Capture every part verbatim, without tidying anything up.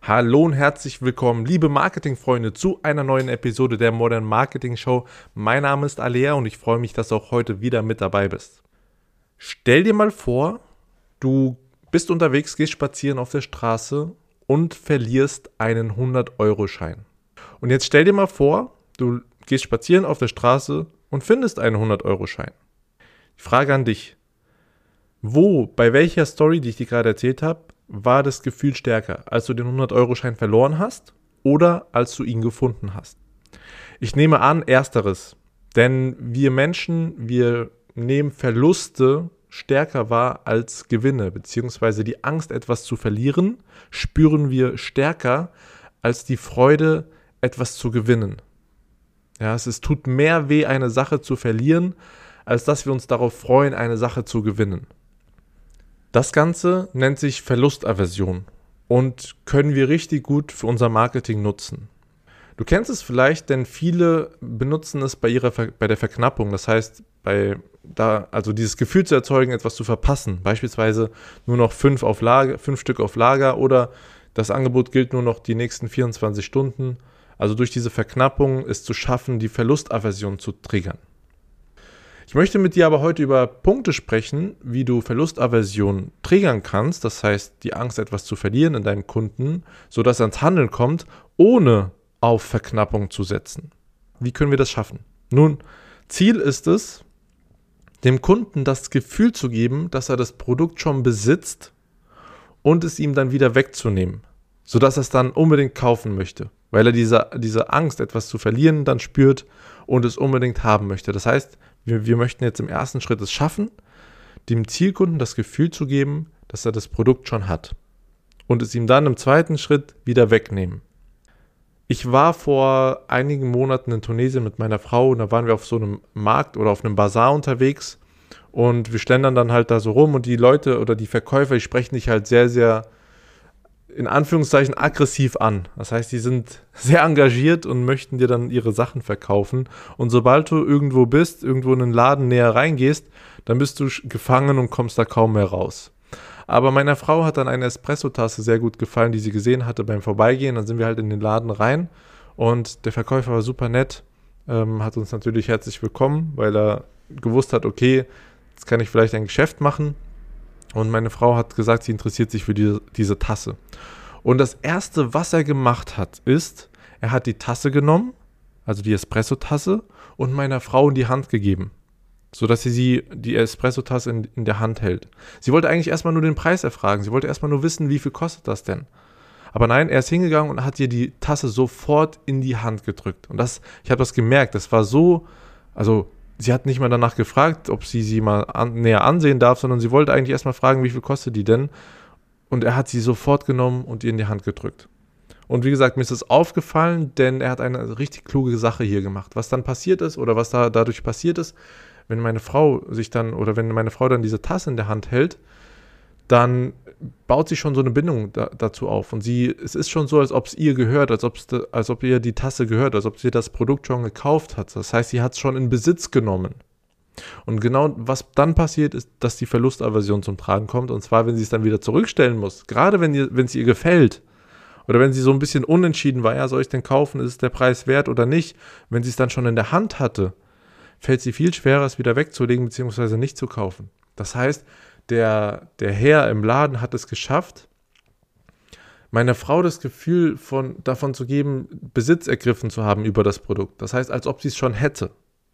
Hallo und herzlich willkommen, liebe Marketingfreunde, zu einer neuen Episode der Modern Marketing Show. Mein Name ist Alea und ich freue mich, dass du auch heute wieder mit dabei bist. Stell dir mal vor, du bist unterwegs, gehst spazieren auf der Straße und verlierst einen hundert-Euro-Schein. Und jetzt stell dir mal vor, du gehst spazieren auf der Straße und findest einen hundert-Euro-Schein. Die Frage an dich: Wo, bei welcher Story, die ich dir gerade erzählt habe, war das Gefühl stärker, als du den hundert-Euro-Schein verloren hast oder als du ihn gefunden hast? Ich nehme an, ersteres. Denn wir Menschen, wir nehmen Verluste stärker wahr als Gewinne, beziehungsweise die Angst, etwas zu verlieren, spüren wir stärker als die Freude, etwas zu gewinnen. Ja, es ist, tut mehr weh, eine Sache zu verlieren, als dass wir uns darauf freuen, eine Sache zu gewinnen. Das Ganze nennt sich Verlustaversion und können wir richtig gut für unser Marketing nutzen. Du kennst es vielleicht, denn viele benutzen es bei ihrer bei der Verknappung. Das heißt, bei da also dieses Gefühl zu erzeugen, etwas zu verpassen. Beispielsweise nur noch fünf auf Lager, fünf Stück auf Lager oder das Angebot gilt nur noch die nächsten vierundzwanzig Stunden. Also durch diese Verknappung ist zu schaffen, die Verlustaversion zu triggern. Ich möchte mit dir aber heute über Punkte sprechen, wie du Verlustaversion triggern kannst, das heißt die Angst, etwas zu verlieren in deinem Kunden, sodass er ans Handeln kommt, ohne auf Verknappung zu setzen. Wie können wir das schaffen? Nun, Ziel ist es, dem Kunden das Gefühl zu geben, dass er das Produkt schon besitzt und es ihm dann wieder wegzunehmen, sodass er es dann unbedingt kaufen möchte, weil er diese, diese Angst, etwas zu verlieren, dann spürt und es unbedingt haben möchte. Das heißt, Wir, wir möchten jetzt im ersten Schritt es schaffen, dem Zielkunden das Gefühl zu geben, dass er das Produkt schon hat und es ihm dann im zweiten Schritt wieder wegnehmen. Ich war vor einigen Monaten in Tunesien mit meiner Frau und da waren wir auf so einem Markt oder auf einem Bazar unterwegs und wir schlendern dann halt da so rum und die Leute oder die Verkäufer, die sprechen dich halt sehr, sehr in Anführungszeichen aggressiv an. Das heißt, die sind sehr engagiert und möchten dir dann ihre Sachen verkaufen. Und sobald du irgendwo bist, irgendwo in einen Laden näher reingehst, dann bist du gefangen und kommst da kaum mehr raus. Aber meiner Frau hat dann eine Espresso-Tasse sehr gut gefallen, die sie gesehen hatte beim Vorbeigehen. Dann sind wir halt in den Laden rein und der Verkäufer war super nett, ähm, hat uns natürlich herzlich willkommen, weil er gewusst hat, okay, jetzt kann ich vielleicht ein Geschäft machen. Und meine Frau hat gesagt, sie interessiert sich für diese, diese Tasse. Und das Erste, was er gemacht hat, ist, er hat die Tasse genommen, also die Espresso-Tasse, und meiner Frau in die Hand gegeben, sodass sie, sie die Espresso-Tasse in, in der Hand hält. Sie wollte eigentlich erstmal nur den Preis erfragen, sie wollte erstmal nur wissen, wie viel kostet das denn? Aber nein, er ist hingegangen und hat ihr die Tasse sofort in die Hand gedrückt. Und das, ich habe das gemerkt, das war so, also sie hat nicht mal danach gefragt, ob sie sie mal an, näher ansehen darf, sondern sie wollte eigentlich erstmal fragen, wie viel kostet die denn? Und er hat sie sofort genommen und ihr in die Hand gedrückt. Und wie gesagt, mir ist es aufgefallen, denn er hat eine richtig kluge Sache hier gemacht. Was dann passiert ist oder was da dadurch passiert ist, wenn meine Frau sich dann oder wenn meine Frau dann diese Tasse in der Hand hält, dann baut sich schon so eine Bindung da, dazu auf. Und sie, es ist schon so, als ob es ihr gehört, als, als ob ihr die Tasse gehört, als ob sie das Produkt schon gekauft hat. Das heißt, sie hat es schon in Besitz genommen. Und genau was dann passiert, ist, dass die Verlustaversion zum Tragen kommt. Und zwar, wenn sie es dann wieder zurückstellen muss. Gerade wenn, ihr, wenn es ihr gefällt oder wenn sie so ein bisschen unentschieden war, ja, soll ich es denn kaufen, ist es der Preis wert oder nicht? Wenn sie es dann schon in der Hand hatte, fällt sie viel schwerer, es wieder wegzulegen bzw. nicht zu kaufen. Das heißt, Der, der Herr im Laden hat es geschafft, meiner Frau das Gefühl von, davon zu geben, Besitz ergriffen zu haben über das Produkt. Das heißt, als ob sie es schon hätte.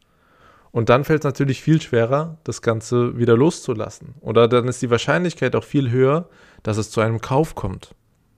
Und dann fällt es natürlich viel schwerer, das Ganze wieder loszulassen. Oder dann ist die Wahrscheinlichkeit auch viel höher, dass es zu einem Kauf kommt.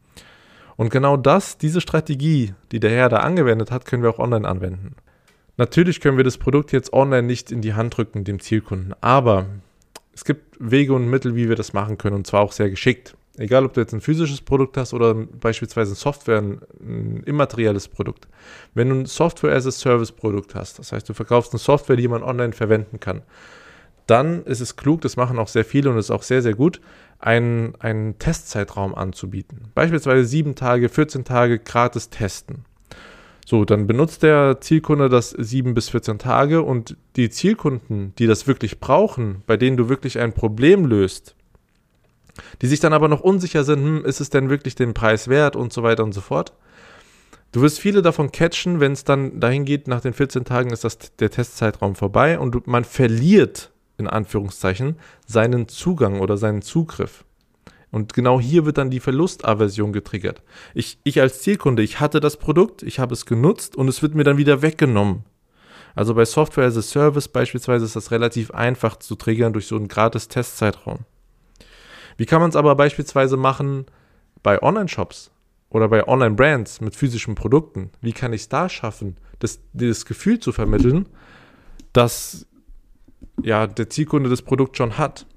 Und genau das, diese Strategie, die der Herr da angewendet hat, können wir auch online anwenden. Natürlich können wir das Produkt jetzt online nicht in die Hand drücken, dem Zielkunden, aber es gibt Wege und Mittel, wie wir das machen können, und zwar auch sehr geschickt. Egal, ob du jetzt ein physisches Produkt hast oder beispielsweise ein Software, ein, ein immaterielles Produkt. Wenn du ein Software-as-a-Service-Produkt hast, das heißt, du verkaufst eine Software, die man online verwenden kann, dann ist es klug, das machen auch sehr viele und es ist auch sehr, sehr gut, einen, einen Testzeitraum anzubieten. Beispielsweise sieben Tage, vierzehn Tage gratis testen. So, dann benutzt der Zielkunde das sieben bis vierzehn Tage und die Zielkunden, die das wirklich brauchen, bei denen du wirklich ein Problem löst, die sich dann aber noch unsicher sind, hm, ist es denn wirklich den Preis wert und so weiter und so fort. Du wirst viele davon catchen, wenn es dann dahin geht, nach den vierzehn Tagen ist das, der Testzeitraum vorbei und man verliert, in Anführungszeichen, seinen Zugang oder seinen Zugriff. Und genau hier wird dann die Verlustaversion getriggert. Ich, ich als Zielkunde, ich hatte das Produkt, ich habe es genutzt und es wird mir dann wieder weggenommen. Also bei Software as a Service beispielsweise ist das relativ einfach zu triggern durch so einen gratis Testzeitraum. Wie kann man es aber beispielsweise machen bei Online-Shops oder bei Online-Brands mit physischen Produkten? Wie kann ich es da schaffen, das, das Gefühl zu vermitteln, dass ja, der Zielkunde das Produkt schon hat?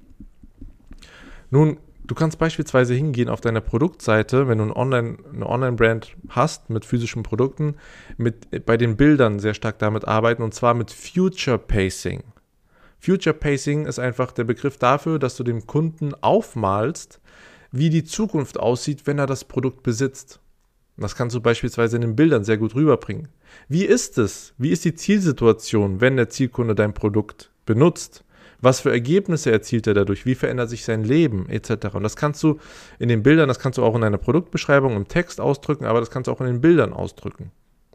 Nun, du kannst beispielsweise hingehen auf deiner Produktseite, wenn du ein Online, eine Online-Brand hast mit physischen Produkten, mit, bei den Bildern sehr stark damit arbeiten und zwar mit Future Pacing. Future Pacing ist einfach der Begriff dafür, dass du dem Kunden aufmalst, wie die Zukunft aussieht, wenn er das Produkt besitzt. Das kannst du beispielsweise in den Bildern sehr gut rüberbringen. Wie ist es? Wie ist die Zielsituation, wenn der Zielkunde dein Produkt benutzt? Was für Ergebnisse erzielt er dadurch? Wie verändert sich sein Leben et cetera? Und das kannst du in den Bildern, das kannst du auch in einer Produktbeschreibung, im Text ausdrücken, aber das kannst du auch in den Bildern ausdrücken.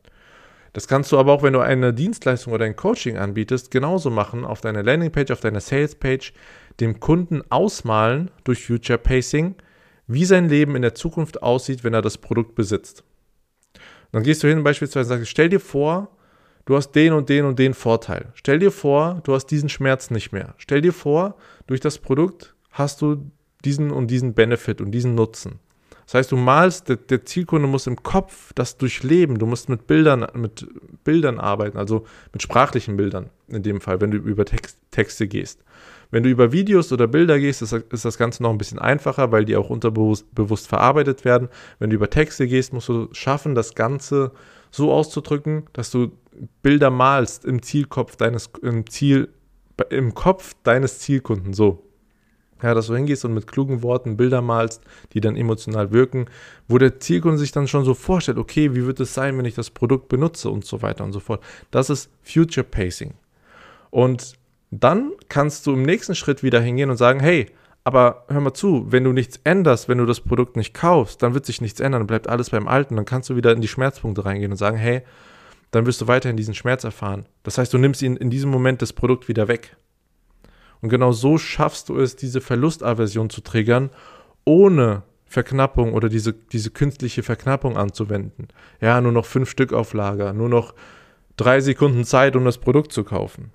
Das kannst du aber auch, wenn du eine Dienstleistung oder ein Coaching anbietest, genauso machen, auf deiner Landingpage, auf deiner Salespage, dem Kunden ausmalen durch Future Pacing, wie sein Leben in der Zukunft aussieht, wenn er das Produkt besitzt. Dann gehst du hin beispielsweise und sagst, stell dir vor, du hast den und den und den Vorteil. Stell dir vor, du hast diesen Schmerz nicht mehr. Stell dir vor, durch das Produkt hast du diesen und diesen Benefit und diesen Nutzen. Das heißt, du malst, der, der Zielkunde muss im Kopf das durchleben. Du musst mit Bildern, mit Bildern arbeiten, also mit sprachlichen Bildern in dem Fall, wenn du über Text, Texte gehst. Wenn du über Videos oder Bilder gehst, ist, ist das Ganze noch ein bisschen einfacher, weil die auch unterbewusst bewusst verarbeitet werden. Wenn du über Texte gehst, musst du schaffen, das Ganze so auszudrücken, dass du Bilder malst im Zielkopf deines, im Ziel, im Kopf deines Zielkunden, so. Ja, dass du hingehst und mit klugen Worten Bilder malst, die dann emotional wirken, wo der Zielkunde sich dann schon so vorstellt, okay, wie wird es sein, wenn ich das Produkt benutze und so weiter und so fort. Das ist Future Pacing. Und dann kannst du im nächsten Schritt wieder hingehen und sagen, hey, aber hör mal zu, wenn du nichts änderst, wenn du das Produkt nicht kaufst, dann wird sich nichts ändern, bleibt alles beim Alten. Dann kannst du wieder in die Schmerzpunkte reingehen und sagen, hey, dann wirst du weiterhin diesen Schmerz erfahren. Das heißt, du nimmst ihn in diesem Moment das Produkt wieder weg. Und genau so schaffst du es, diese Verlustaversion zu triggern, ohne Verknappung oder diese, diese künstliche Verknappung anzuwenden. Ja, nur noch fünf Stück auf Lager, nur noch drei Sekunden Zeit, um das Produkt zu kaufen.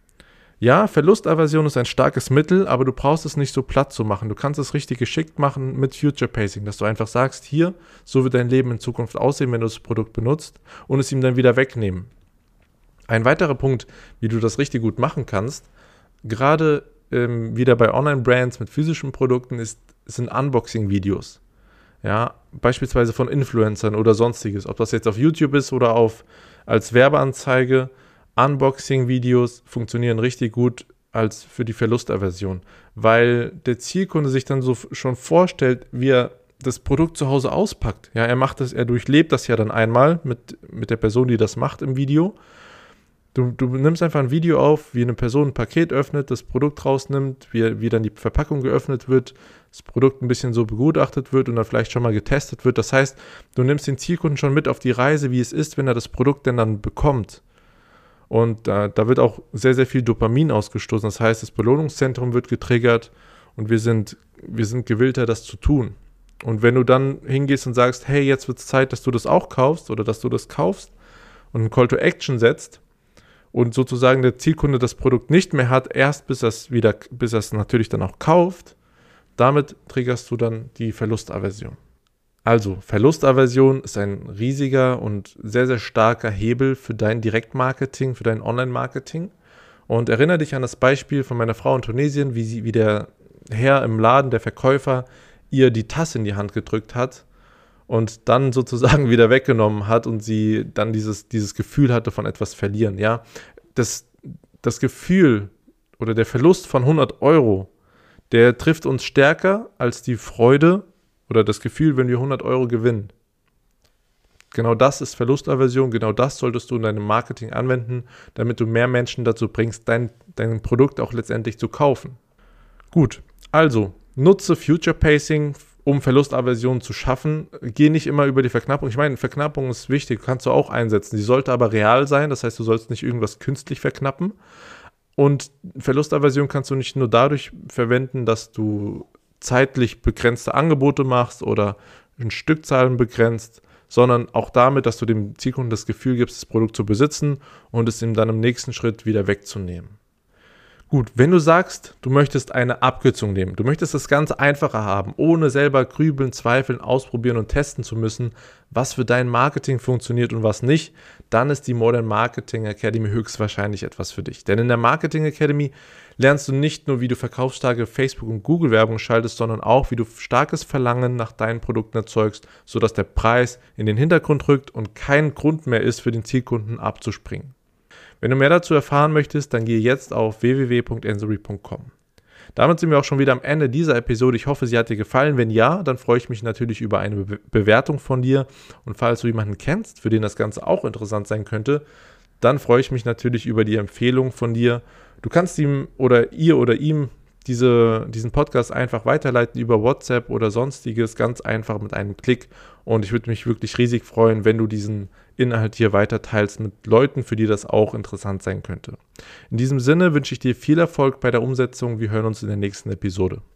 Ja, Verlustaversion ist ein starkes Mittel, aber du brauchst es nicht so platt zu machen. Du kannst es richtig geschickt machen mit Future Pacing, dass du einfach sagst, hier, so wird dein Leben in Zukunft aussehen, wenn du das Produkt benutzt und es ihm dann wieder wegnehmen. Ein weiterer Punkt, wie du das richtig gut machen kannst, gerade ähm, wieder bei Online-Brands mit physischen Produkten, ist, sind Unboxing-Videos. Ja, beispielsweise von Influencern oder sonstiges. Ob das jetzt auf YouTube ist oder auf, als Werbeanzeige. Unboxing-Videos funktionieren richtig gut als für die Verlustaversion, weil der Zielkunde sich dann so schon vorstellt, wie er das Produkt zu Hause auspackt. Ja, er macht das, er durchlebt das ja dann einmal mit, mit der Person, die das macht im Video. Du, du nimmst einfach ein Video auf, wie eine Person ein Paket öffnet, das Produkt rausnimmt, wie, wie dann die Verpackung geöffnet wird, das Produkt ein bisschen so begutachtet wird und dann vielleicht schon mal getestet wird. Das heißt, du nimmst den Zielkunden schon mit auf die Reise, wie es ist, wenn er das Produkt denn dann bekommt. Und da, da wird auch sehr, sehr viel Dopamin ausgestoßen. Das heißt, das Belohnungszentrum wird getriggert und wir sind, wir sind gewillter, das zu tun. Und wenn du dann hingehst und sagst, hey, jetzt wird es Zeit, dass du das auch kaufst oder dass du das kaufst und einen Call to Action setzt und sozusagen der Zielkunde das Produkt nicht mehr hat, erst bis er es wieder, bis er es natürlich dann auch kauft, damit triggerst du dann die Verlustaversion. Also, Verlustaversion ist ein riesiger und sehr, sehr starker Hebel für dein Direktmarketing, für dein Online-Marketing. Und erinnere dich an das Beispiel von meiner Frau in Tunesien, wie, sie, wie der Herr im Laden, der Verkäufer, ihr die Tasse in die Hand gedrückt hat und dann sozusagen wieder weggenommen hat und sie dann dieses, dieses Gefühl hatte von etwas verlieren. Ja? Das, das Gefühl oder der Verlust von hundert Euro, der trifft uns stärker als die Freude oder das Gefühl, wenn wir hundert Euro gewinnen. Genau das ist Verlustaversion, genau das solltest du in deinem Marketing anwenden, damit du mehr Menschen dazu bringst, dein, dein Produkt auch letztendlich zu kaufen. Gut, also, Nutze Future Pacing, um Verlustaversion zu schaffen. Geh nicht immer über die Verknappung. Ich meine, Verknappung ist wichtig, kannst du auch einsetzen. Sie sollte aber real sein, das heißt, du sollst nicht irgendwas künstlich verknappen. Und Verlustaversion kannst du nicht nur dadurch verwenden, dass du zeitlich begrenzte Angebote machst oder in Stückzahlen begrenzt, sondern auch damit, dass du dem Zielkunden das Gefühl gibst, das Produkt zu besitzen und es ihm dann im nächsten Schritt wieder wegzunehmen. Gut, wenn du sagst, du möchtest eine Abkürzung nehmen, du möchtest das ganz einfacher haben, ohne selber grübeln, zweifeln, ausprobieren und testen zu müssen, was für dein Marketing funktioniert und was nicht, dann ist die Modern Marketing Academy höchstwahrscheinlich etwas für dich. Denn in der Marketing Academy lernst du nicht nur, wie du verkaufsstarke Facebook- und Google-Werbung schaltest, sondern auch, wie du starkes Verlangen nach deinen Produkten erzeugst, sodass der Preis in den Hintergrund rückt und kein Grund mehr ist, für den Zielkunden abzuspringen. Wenn du mehr dazu erfahren möchtest, dann gehe jetzt auf w w w punkt ensory punkt com. Damit sind wir auch schon wieder am Ende dieser Episode. Ich hoffe, sie hat dir gefallen. Wenn ja, dann freue ich mich natürlich über eine Be- Bewertung von dir. Und falls du jemanden kennst, für den das Ganze auch interessant sein könnte, dann freue ich mich natürlich über die Empfehlung von dir. Du kannst ihm oder ihr oder ihm diese, diesen Podcast einfach weiterleiten über WhatsApp oder sonstiges, ganz einfach mit einem Klick. Und ich würde mich wirklich riesig freuen, wenn du diesen Inhalt hier weiter teilst mit Leuten, für die das auch interessant sein könnte. In diesem Sinne wünsche ich dir viel Erfolg bei der Umsetzung. Wir hören uns in der nächsten Episode.